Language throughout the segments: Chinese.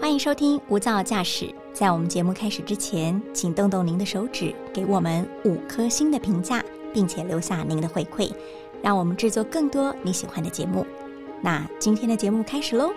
欢迎收听无噪驾驶。在我们节目开始之前，请动动您的手指，给我们5颗星的评价，并且留下您的回馈，让我们制作更多你喜欢的节目。那今天的节目开始咯。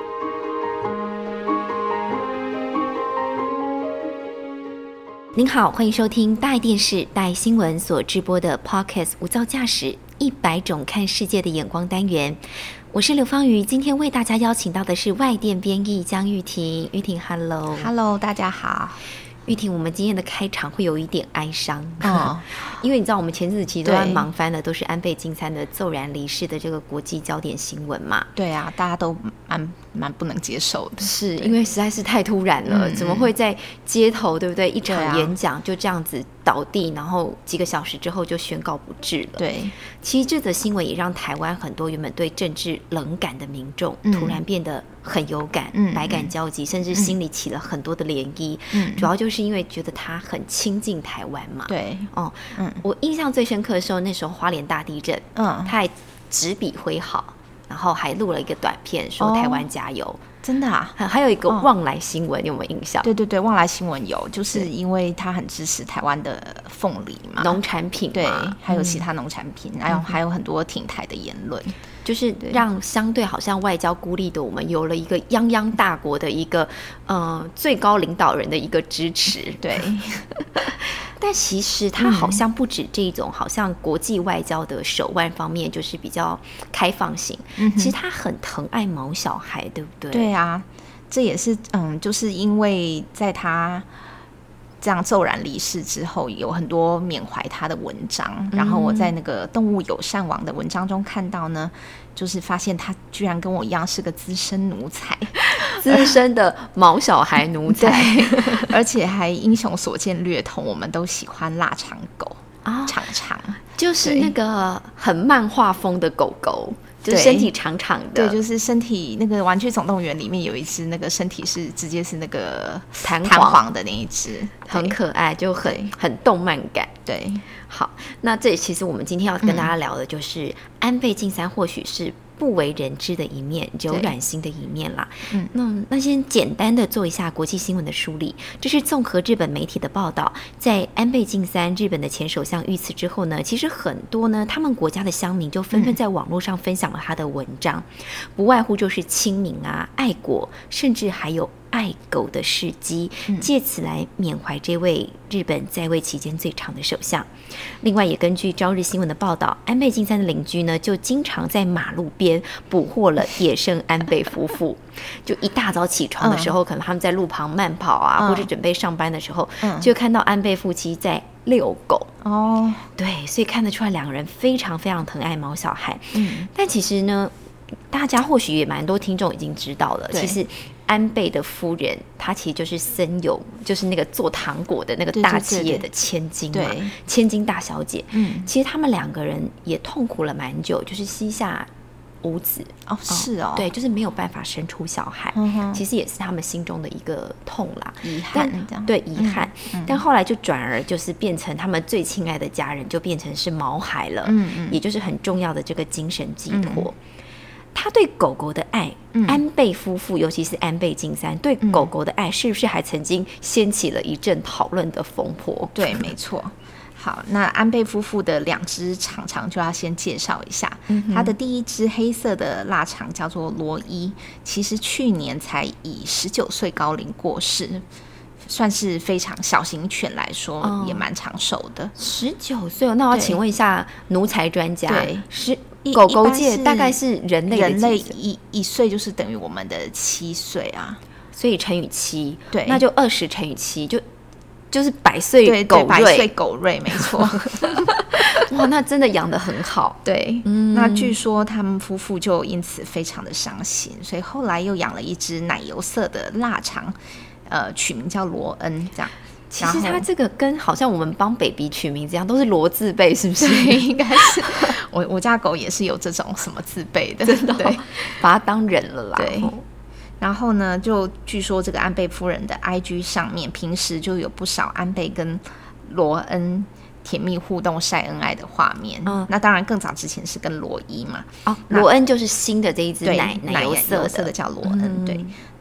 您好，欢迎收听大爱电视、大爱新闻所直播的 Podcast 无噪驾驶100种看世界的眼光单元。我是刘芳瑜，今天为大家邀请到的是外电编译江玉婷。玉婷 ，Hello， 大家好。 玉婷，我们今天的开场会有一点哀伤，因为你知道我们前日期都在忙翻的都是安倍晋三的骤然离世的这个国际焦点新闻嘛。 对啊，大家都蛮不能接受的， 是因为实在是太突然了，怎么会在街头对不对？一场演讲就这样子倒地，然后几个小时之后就宣告不治了。 对， 其实这则新闻也让台湾很多原本对政治冷感的民众突然变得很有感，百感交集，甚至心里起了很多的涟漪。主要就是因为觉得他很亲近台湾嘛。 对， 我印象最深刻的时候，那时候花莲大地震，他还执笔挥好，然后还录了一个短片说台湾加油。 真的啊？ 还有一个旺来新闻，你有没有印象？ 对，旺来新闻有，就是因为他很支持台湾的凤梨嘛， 农产品嘛， 对，还有其他农产品，还有很多挺台的言论， 就是让相对好像外交孤立的我们有了一个泱泱大国的一个最高领导人的一个支持。 对。 但其实他好像不止这种好像国际外交的手腕方面就是比较开放型，其实他很疼爱毛小孩，对不对？ 对啊，这也是就是因为在他这样骤然离世之后，有很多缅怀他的文章，然后我在那个动物友善网的文章中看到呢，就是发现他居然跟我一样是个资深奴才， 资深的毛小孩奴才， 而且还英雄所见略同，我们都喜欢腊肠狗长长， 就是那个很漫画风的狗狗，就是身体长长的。 对，就是身体那个《玩具总动员》里面有一只，那个身体是直接是那个弹簧的那一只， 很可爱，就很动漫感。 对， 好，那这其实我们今天要跟大家聊的就是安倍晋三或许是不为人知的一面，柔软心的一面啦。那先简单的做一下国际新闻的梳理。这是综合日本媒体的报道，在安倍晋三日本的前首相遇刺之后呢，其实很多呢他们国家的乡民就纷纷在网络上分享了他的文章，不外乎就是亲民啊、爱国，甚至还有爱狗的事迹，借此来缅怀这位日本在位期间最长的首相。另外也根据朝日新闻的报道，安倍晋三的邻居呢就经常在马路边捕获了野生安倍夫妇，就一大早起床的时候，可能他们在路旁慢跑啊，或者准备上班的时候，就看到安倍夫妻在遛狗。对，所以看得出来两个人非常非常疼爱毛小孩。但其实呢，大家或许也蛮多听众已经知道了，其实安倍的夫人她其实就是森友，就是那个做糖果的那个大企业的千金嘛，千金大小姐。其实他们两个人也痛苦了蛮久，就是膝下无子。 是哦， 对，就是没有办法生出小孩，其实也是他们心中的一个痛啦， 遗憾。 对，遗憾。但后来就转而就是变成他们最亲爱的家人，就变成是毛孩了，也就是很重要的这个精神寄托。他对狗狗的爱，安倍夫妇尤其是安倍晋三对狗狗的爱，是不是还曾经掀起了一阵讨论的风波？ 对，没错。好，那安倍夫妇的2只长肠就要先介绍一下。他的第一只黑色的腊肠叫做罗伊，其实去年才以19岁高龄过世，算是非常小型犬来说，也蛮长寿的。 19岁哦，那我要请问一下奴才专家，是狗狗界大概是人类一岁就是等于我们的7岁啊， 所以乘以7， 对， 那就20乘以7，就是100岁狗瑞，100 岁狗瑞，没错。 哇，那真的养得很好。 对，那据说他们夫妇就因此非常的伤心，所以后来又养了一只奶油色的腊肠，取名叫罗恩，这样。 其实他这个跟好像我们帮 baby 取名字一样，都是罗字辈，是不是？ 应该是。我家狗也是有这种什么字辈的， 真的， 对， 把它当人了啦。 对。然后呢，就据说这个安倍夫人的 IG 上面，平时就有不少安倍跟罗恩甜蜜互动、晒恩爱的画面。那当然更早之前是跟罗伊嘛。 罗恩就是新的这一只奶油色的叫罗恩。对，那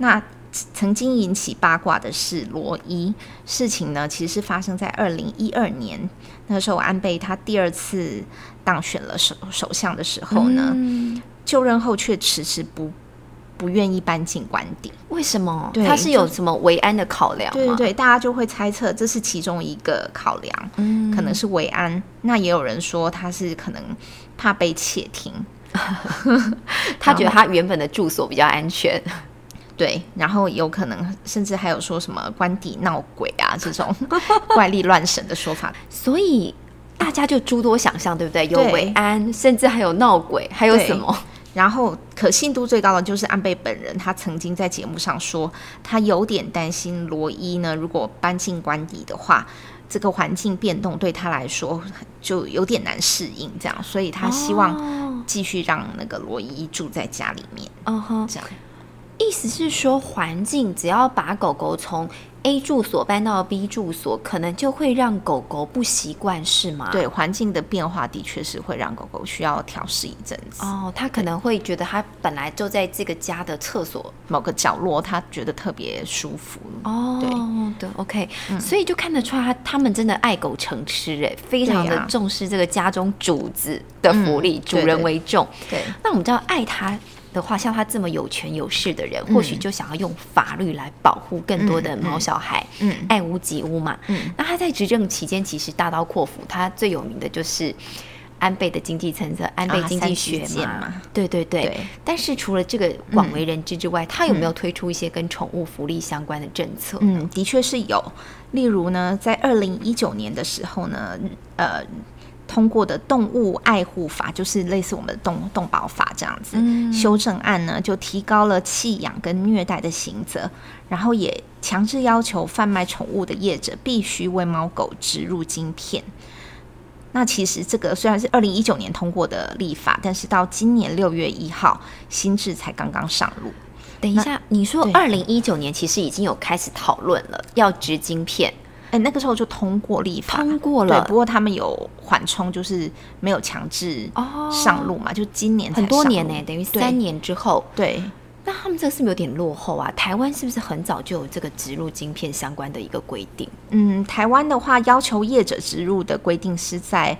曾经引起八卦的是罗伊事情呢，其实是发生在2012年，那个时候安倍他第2次当选了首相的时候呢，就任后却迟迟不愿意搬进官邸。 为什么？他是有什么维安的考量吗？ 对对对，大家就会猜测这是其中一个考量，可能是维安。那也有人说他是可能怕被窃听， 他觉得他原本的住所比较安全。 对，然后有可能甚至还有说什么官邸闹鬼啊这种怪力乱神的说法， 所以大家就诸多想象，对不对？有维安，甚至还有闹鬼，还有什么？ 然后可信度最高的就是安倍本人，他曾经在节目上说，他有点担心罗伊呢，如果搬进官邸的话，这个环境变动对他来说就有点难适应，这样，所以他希望继续让那个罗伊住在家里面。这样。 意思是说，环境只要把狗狗从 A 住所搬到 B 住所，可能就会让狗狗不习惯，是吗？ 对，环境的变化的确是会让狗狗需要调试一阵子。 它可能会觉得它本来就在这个家的厕所某个角落，它觉得特别舒服。 对 OK，所以就看得出来他们真的爱狗成痴，非常的重视这个家中主子的福利，主人为重。 对， 那我们知道爱他的话，像他这么有权有势的人，或许就想要用法律来保护更多的毛小孩，爱屋及乌嘛。那他在执政期间其实大刀阔斧，他最有名的就是安倍的经济政策，安倍经济学嘛。对。但是除了这个广为人知之外，他有没有推出一些跟宠物福利相关的政策？ 的确是有。例如呢，在2019年的时候呢，通过的动物爱护法，就是类似我们的动保法这样子，修正案呢就提高了弃养跟虐待的刑责，然后也强制要求贩卖宠物的业者必须为猫狗植入晶片。那其实这个虽然是2019年通过的立法，但是到今年6月1号新制才刚刚上路。 等一下，你说2019年其实已经有开始讨论了要植晶片， 那个时候就通过立法， 通过了。 对，不过他们有缓冲，就是没有强制上路嘛，就今年才上路， 很多年呢，等于3年之后。 对， 那他们这个是不是有点落后啊？台湾是不是很早就有这个植入晶片相关的一个规定？ 台湾的话，要求业者植入的规定是在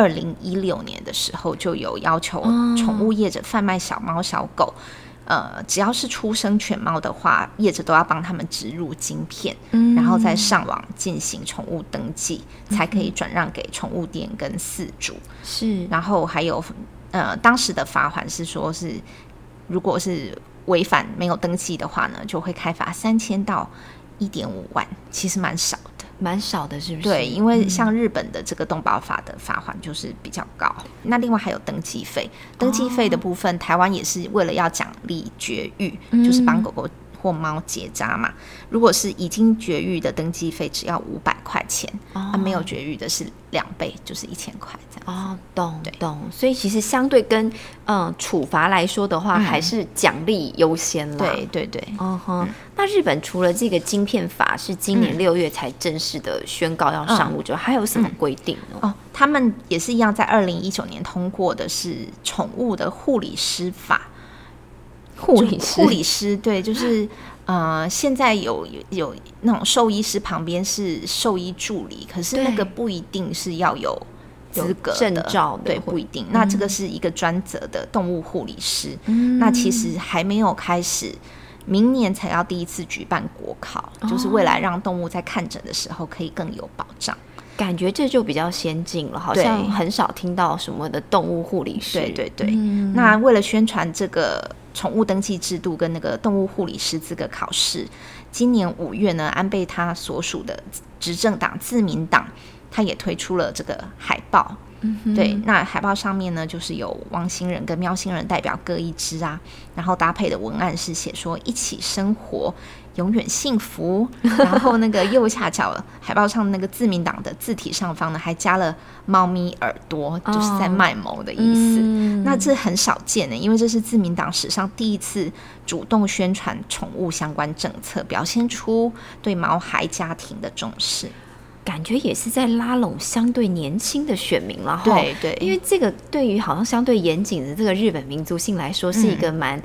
2016年的时候就有要求，宠物业者贩卖小猫小狗。只要是出生犬猫的话，业者都要帮他们植入晶片，然后再上网进行宠物登记，才可以转让给宠物店跟饲主。 是， 然后还有当时的罚款是说是，如果是违反没有登记的话呢，就会开罚3000到1.5万，其实蛮少的。 蛮少的，是不是？ 对，因为像日本的这个动保法的罚款就是比较高。那另外还有登记费，登记费的部分，台湾也是为了要奖励绝育，就是帮狗狗或猫结扎嘛。如果是已经绝育的登记费只要500块钱，没有绝育的是2倍，就是1000块这样。 懂。所以其实相对跟处罚来说的话，还是奖励优先啦。 对。 那日本除了这个晶片法是今年6月才正式的宣告要上路之外，还有什么规定呢？ 他们也是一样，在2019年通过的是宠物的护理师法。护理师对，就是现在有那种兽医师旁边是兽医助理，可是那个不一定是要有资格的证照的， 对，不一定。那这个是一个专责的动物护理师，那其实还没有开始，明年才要第一次举办国考，就是未来让动物在看诊的时候可以更有保障。 感觉这就比较先进了，好像很少听到什么的动物护理师。 对。那为了宣传这个宠物登记制度跟那个动物护理师资格考试，今年5月呢，安倍他所属的执政党自民党，他也推出了这个海报。对，那海报上面呢，就是有汪星人跟喵星人代表各一只啊，然后搭配的文案是写说一起生活永远幸福，然后那个右下角海报上那个自民党的字体上方呢，还加了猫咪耳朵，就是在卖萌的意思。那这很少见的，因为这是自民党史上第一次主动宣传宠物相关政策，表现出对毛孩家庭的重视。 感觉也是在拉拢相对年轻的选民了哈。 对， 因为这个对于好像相对严谨的这个日本民族性来说，是一个蛮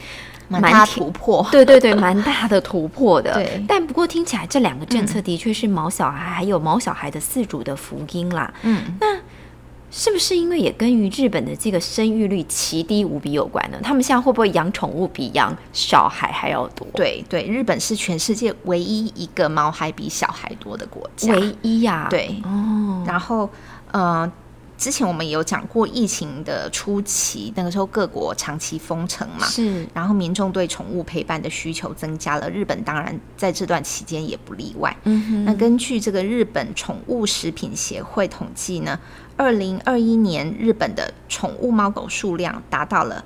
蛮大突破， 对对对，蛮大的突破的。 对， 但不过听起来这2个政策的确是毛小孩还有毛小孩的饲主的福音啦。那是不是因为也跟于日本的这个生育率奇低无比有关呢？他们现在会不会养宠物比养小孩还要多？ 对对，日本是全世界唯一一个毛孩比小孩多的国家， 唯一呀。 对，然后之前我们也有讲过疫情的初期，那个时候各国长期封城嘛， 是， 然后民众对宠物陪伴的需求增加了，日本当然在这段期间也不例外。那根据这个日本宠物食品协会统计呢，2021年日本的宠物猫狗数量达到了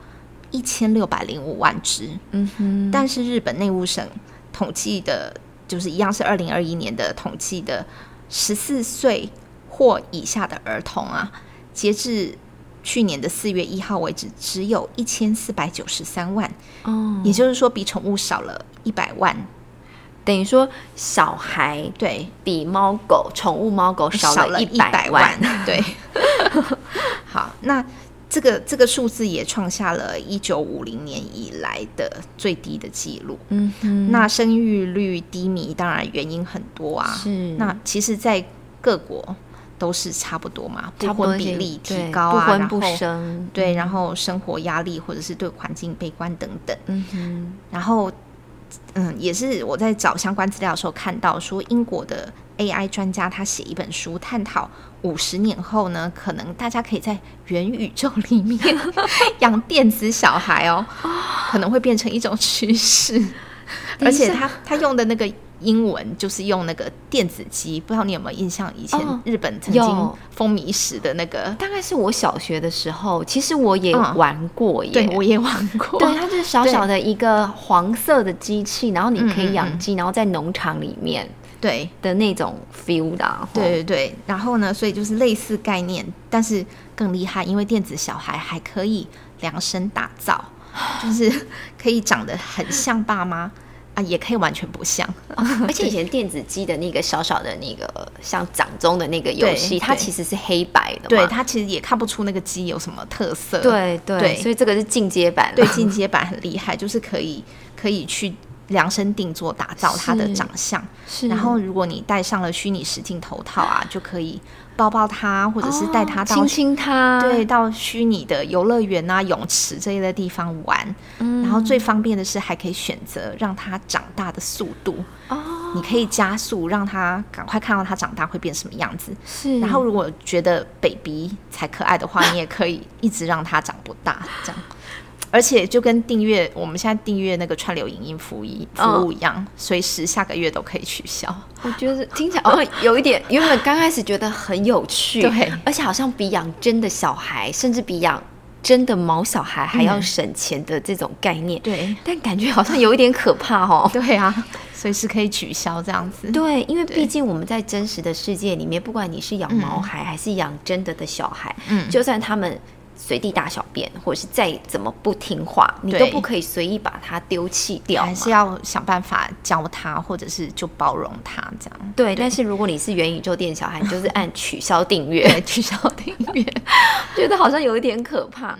1605万只。但是日本内务省统计的，就是一样是2021年的统计的14岁或以下的儿童啊，截至去年的4月1号为止，只有1493万。也就是说比宠物少了100万。 等于说小孩对比猫狗宠物猫狗少了100万。 对，好，那这个数字也创下了1950年以来的最低的记录。那生育率低迷当然原因很多啊， 是， 那其实在各国都是差不多嘛，不婚比例提高不婚不生， 对，然后生活压力或者是对环境悲观等等。然后也是我在找相关资料的时候看到说，英国的 AI 专家他写一本书探讨50年后呢，可能大家可以在元宇宙里面养电子小孩哦，可能会变成一种趋势。而且他用的那个英文就是用那个电子鸡，不知道你有没有印象？以前日本曾经风靡时的那个， 大概是我小学的时候，其实我也玩过耶。 对，我也玩过。 对，它就是小小的一个黄色的机器，然后你可以养鸡，然后在农场里面对的那种 feel 的。 对对对，然后呢，所以就是类似概念，但是更厉害，因为电子小孩还可以量身打造，就是可以长得很像爸妈。也可以完全不像。 而且以前电子鸡的那个小小的那个像掌中的那个游戏，它其实是黑白的嘛， 对，它其实也看不出那个鸡有什么特色。 对对对，所以这个是进阶版。 对，进阶版很厉害，就是可以去量身定做打造它的长相。然后如果你戴上了虚拟实境头套啊，就可以抱抱它，或者是带它到亲亲它， 对，到虚拟的游乐园啊、泳池这一类地方玩。然后最方便的是还可以选择让它长大的速度。你可以加速让它赶快看到它长大会变什么样子。 是。 然后如果觉得 baby 才可爱的话，你也可以一直让它长不大这样。而且就跟我们现在订阅那个串流影音服务一样，随时下个月都可以取消。 我觉得听起来有一点，原本刚开始觉得很有趣， 对， 而且好像比养真的小孩，甚至比养真的毛小孩还要省钱的这种概念。 对， 但感觉好像有一点可怕哦。 对啊，随时可以取消这样子。 对，因为毕竟我们在真实的世界里面，不管你是养毛孩还是养真的小孩，就算他们随地大小便，或者是再怎么不听话，你都不可以随意把它丢弃掉嘛， 还是要想办法教他，或者是就包容他这样。 对，但是如果你是元宇宙店小孩，你就是按取消订阅， 对，取消订阅， 觉得好像有一点可怕。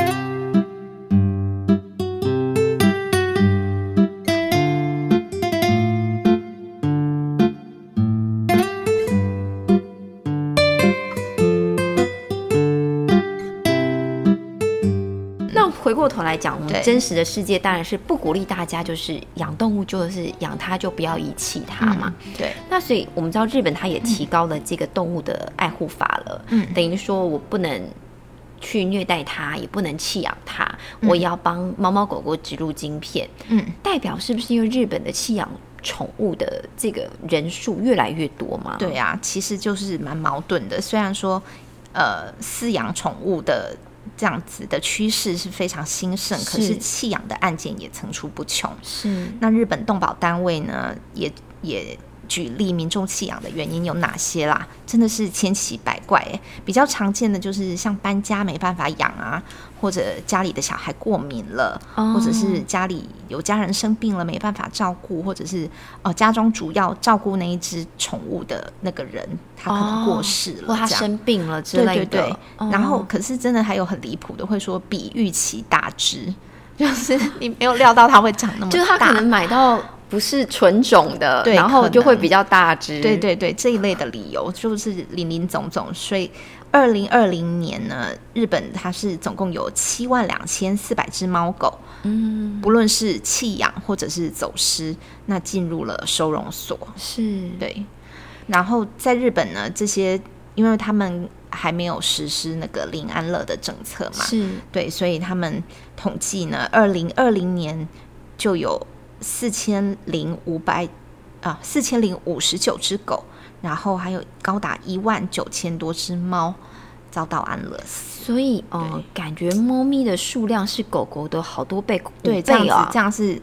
回过头来讲，我们真实的世界当然是不鼓励大家就是养动物，就是养它就不要遗弃它嘛。 对。 那所以我们知道日本它也提高了这个动物的爱护法了。等于说我不能去虐待它，也不能弃养它，我也要帮猫猫狗狗植入晶片。代表是不是因为日本的弃养宠物的这个人数越来越多吗？ 对啊，其实就是蛮矛盾的。虽然说饲养宠物的这样子的趋势是非常兴盛，可是弃养的案件也层出不穷。 是。 那日本动保单位呢，也举例民众弃养的原因有哪些啦？真的是千奇百怪耶。比较常见的就是像搬家没办法养啊，或者家里的小孩过敏了，或者是家里有家人生病了没办法照顾，或者是家中主要照顾那一只宠物的那个人他可能过世了， 或他生病了之类的。 对对对。然后可是真的还有很离谱的，会说比预期大只。 就是你没有料到它会长那么大， 就是他可能买到不是纯种的， 对， 然后就会比较大只。 对对对，这一类的理由就是林林总总。所以2020年呢，日本它是总共有72400只猫狗，不论是弃养或者是走失，那进入了收容所。 是， 对。然后在日本呢，这些因为他们还没有实施那个零安乐的政策嘛， 是， 对，所以他们统计呢，2020年就有4059只狗，然后还有高达19000多只猫遭到安乐死。 所以感觉猫咪的数量是狗狗的好多倍， 对，这样是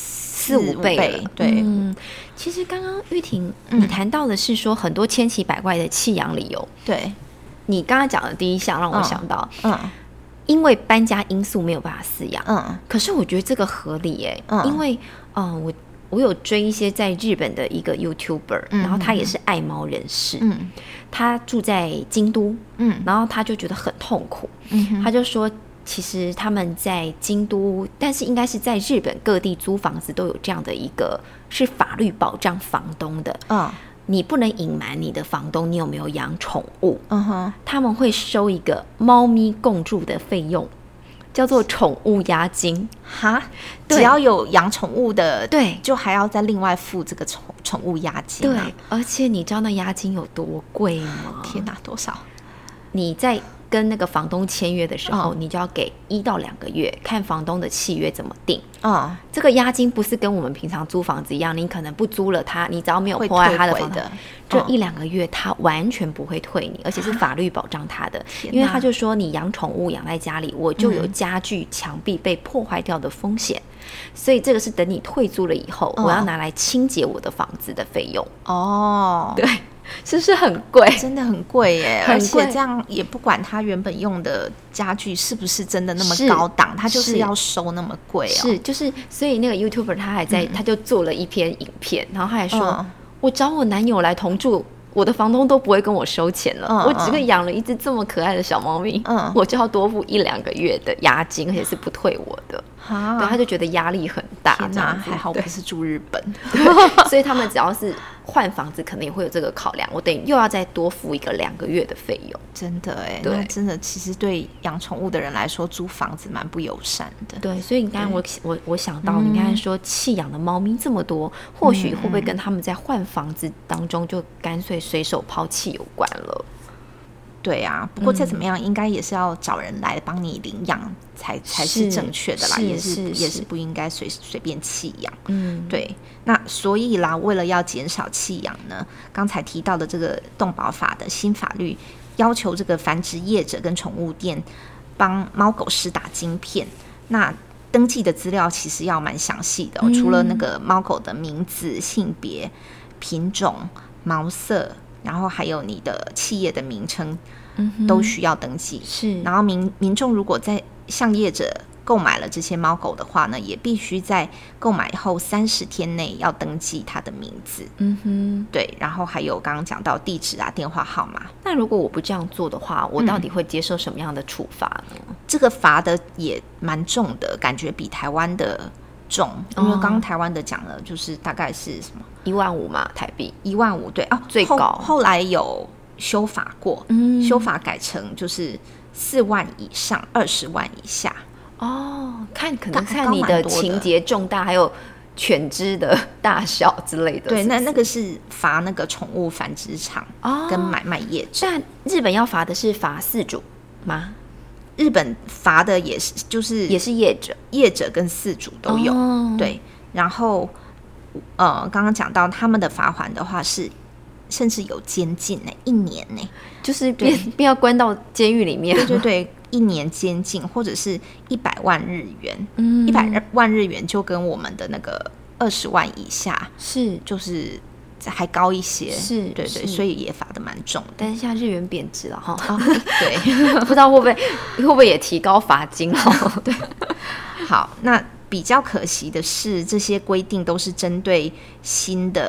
4-5倍了。对， 其实刚刚玉婷你谈到的是说很多千奇百怪的弃养理由， 对， 你刚刚讲的第一项让我想到，因为搬家因素没有办法饲养，可是我觉得这个合理耶，因为我有追一些在日本的一个 YouTuber，然后他也是爱猫人士，他住在京都，然后他就觉得很痛苦，他就说其实他们在京都，但是应该是在日本各地租房子都有这样的一个是法律保障房东的，你不能隐瞒你的房东你有没有养宠物，他们会收一个猫咪共住的费用，叫做宠物押金。 哈，只要有养宠物的， 对， 就还要再另外付这个宠物押金。 对，而且你知道那押金有多贵吗？ 天哪，多少？ 你在跟那个房东签约的时候，你就要给1到2个月，看房东的契约怎么定。这个押金不是跟我们平常租房子一样，你可能不租了它，你只要没有破坏它的房子，这1-2个月他完全不会退你，而且是法律保障他的，因为他就说你养宠物养在家里，我就有家具墙壁被破坏掉的风险，所以这个是等你退租了以后，我要拿来清洁我的房子的费用。对，是不是很贵？ 真的很贵耶，而且这样也不管他原本用的家具是不是真的那么高档，他就是要收那么贵哦。 是，就是所以那个 YouTuber 他还在，他就做了一篇影片，然后他还说，我找我男友来同住，我的房东都不会跟我收钱了，我只个养了一只这么可爱的小猫咪，我就要多付1-2个月的押金，而且是不退我的。对，他就觉得压力很大。 天哪，还好不是住日本。 所以他们只要是换房子，可能也会有这个考量，我等于又要再多付1-2个月的费用。 真的哎，那真的其实对养宠物的人来说，租房子蛮不友善的。 对，所以你刚才我想到，你刚才说弃养的猫咪这么多，或许会不会跟他们在换房子当中就干脆随手抛弃有关了？ 对啊，不过再怎么样，应该也是要找人来帮你领养才是正确的啦，也是不应该随便弃养。对，那所以啦，为了要减少弃养呢，刚才提到的这个动保法的新法律，要求这个繁殖业者跟宠物店帮猫狗施打晶片，那登记的资料其实要蛮详细的除了那个猫狗的名字、性别、品种、毛色，然后还有你的企业的名称，都需要登记。 是， 然后民众如果在向业者购买了这些猫狗的话呢，也必须在购买后30天内要登记它的名字。对，然后还有刚刚讲到地址啊、电话号码。 那如果我不这样做的话，我到底会接受什么样的处罚呢？ 这个罚的也蛮重的，感觉比台湾的重，因为刚刚台湾的讲了，就是大概是什么 15000嘛，台币 15000，对哦， 最高。 后来有修法过，修法改成就是4万以上20万以下。 可能看你的情节重大，还有犬只的大小之类的。 对，那个是罚那个宠物繁殖场跟买卖业者。 但日本要罚的是罚饲主吗？ 日本罚的也是，就是也是业者跟饲主都有。对，然后刚刚讲到他们的罚款的话是甚至有监禁1年呢， 就是必要关到监狱里面。 对，1年监禁，或者是100万日元。100万日元就跟我们的那个20万以下是， 就是还高一些。是，对，所以也罚的蛮重的。 但是现在日元贬值了哈。 对， 不知道会不会也提高罚金哈？ 对，好，那比较可惜的是，这些规定都是针对新的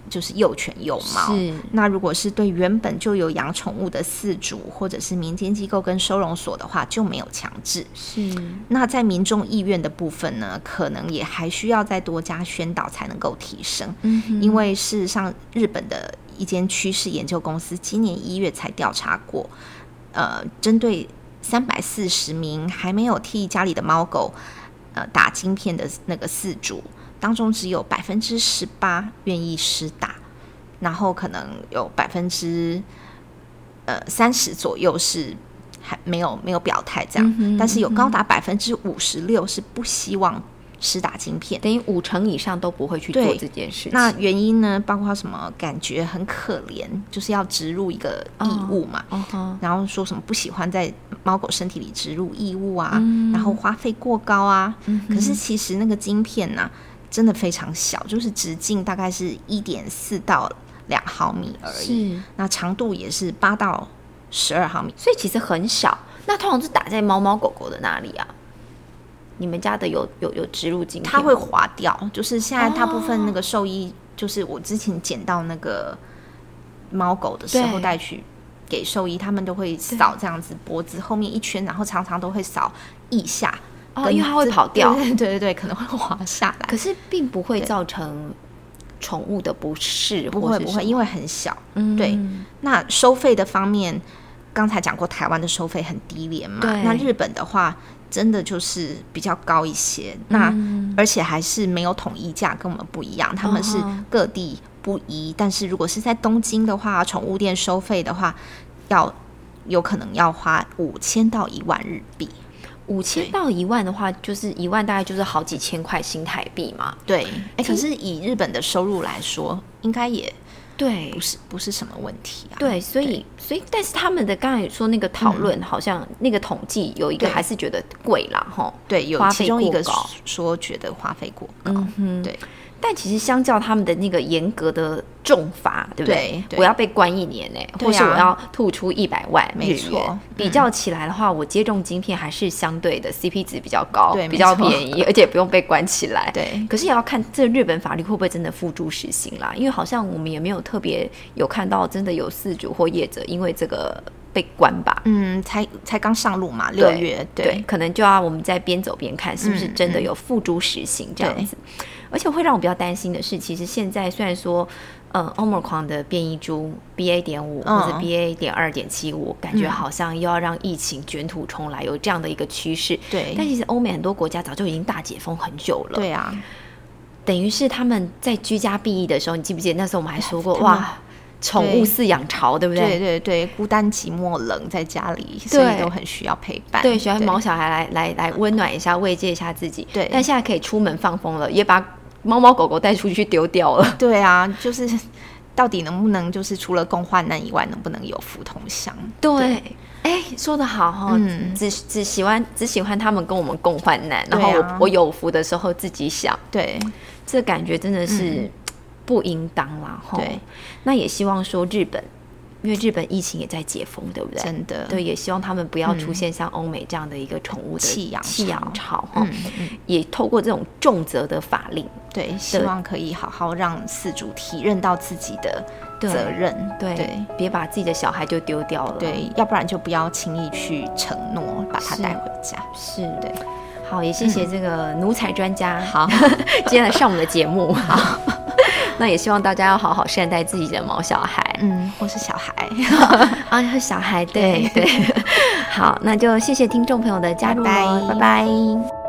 就是幼犬幼猫。那如果是对原本就有养宠物的饲主或者是民间机构跟收容所的话，就没有强制。那在民众意愿的部分呢，可能也还需要再多加宣导才能够提升。因为事实上日本的一间趋势研究公司今年1月才调查过，针对340名还没有替家里的猫狗打晶片的那个饲主当中，只有18%愿意施打，然后可能有30%左右是还没有表态这样，但是有高达56%是不希望施打晶片， 等于50%以上都不会去做这件事情。 那原因呢，包括什么？感觉很可怜，就是要植入一个异物嘛，然后说什么不喜欢在猫狗身体里植入异物啊，然后花费过高啊。可是其实那个晶片呢，真的非常小，就是直径大概是1.4到2毫米而已，那长度也是8到12毫米， 所以其实很小。那通常是打在猫猫狗狗的哪里啊？你们家的有植入晶片？ 它会滑掉，就是现在大部分那个兽医，就是我之前捡到那个猫狗的时候带去给兽医，他们都会扫这样子脖子后面一圈，然后常常都会扫腋下， 因为它会跑掉， 对，可能会滑下来， 可是并不会造成宠物的不适， 不会，因为很小。对，那收费的方面，刚才讲过，台湾的收费很低廉嘛，那日本的话真的就是比较高一些，那而且还是没有统一价，跟我们不一样，他们是各地不一，但是如果是在东京的话，宠物店收费的话，有可能要花5000到1万日币。 5000到1万的话，就是1万大概就是好几千块新台币嘛。 对，可是以日本的收入来说，应该也对， 不是什么问题啊。 对，所以，但是他们的刚才说那个讨论，好像那个统计有一个还是觉得贵啦，哈。 对，有其中一个说觉得花费过高。对。 但其实相较他们的那个严格的重罚，对不对？我要被关1年或是我要吐出100万日元。没错，比较起来的话，我接种晶片还是相对的 CP 值比较高，比较便宜，而且不用被关起来。对，可是也要看这日本法律会不会真的付诸实行啦。因为好像我们也没有特别有看到真的有饲主或业者因为这个被关吧。 才刚上路嘛，6月。对， 可能就要我们再边走边看，是不是真的有付诸实行这样子。而且会让我比较担心的是，其实现在虽然说Omicron 的变异株 BA.5 或者 BA.2.75 感觉好像又要让疫情卷土重来，有这样的一个趋势。对，但其实欧美很多国家早就已经大解封很久了。 对啊， 等于是他们在居家避疫的时候，你记不记得那时候我们还说过，哇，宠物饲养潮，对不对？ 对，孤单寂寞冷在家里，所以都很需要陪伴。 对，需要毛小孩来温暖一下，慰藉一下自己。对，但现在可以出门放风了，也把猫猫狗狗带出去丢掉了。 对啊，就是到底能不能就是除了共患难以外，能不能有福同享？ 对，说得好哈，只喜欢他们跟我们共患难，然后我有福的时候自己想。对，这感觉真的是不应当啦。对，那也希望说日本。因为日本疫情也在解封，对不对？真的，对，也希望他们不要出现像欧美这样的一个宠物的弃养潮，也透过这种重责的法令， 对，希望可以好好让饲主体认到自己的责任， 对，别把自己的小孩就丢掉了， 对，要不然就不要轻易去承诺把他带回家， 是，对。好，也谢谢这个奴才专家，好，今天来上我们的节目，好。那也希望大家要好好善待自己的毛小孩， 或是小孩啊，小孩，对，好，那就谢谢听众朋友的加入，拜拜。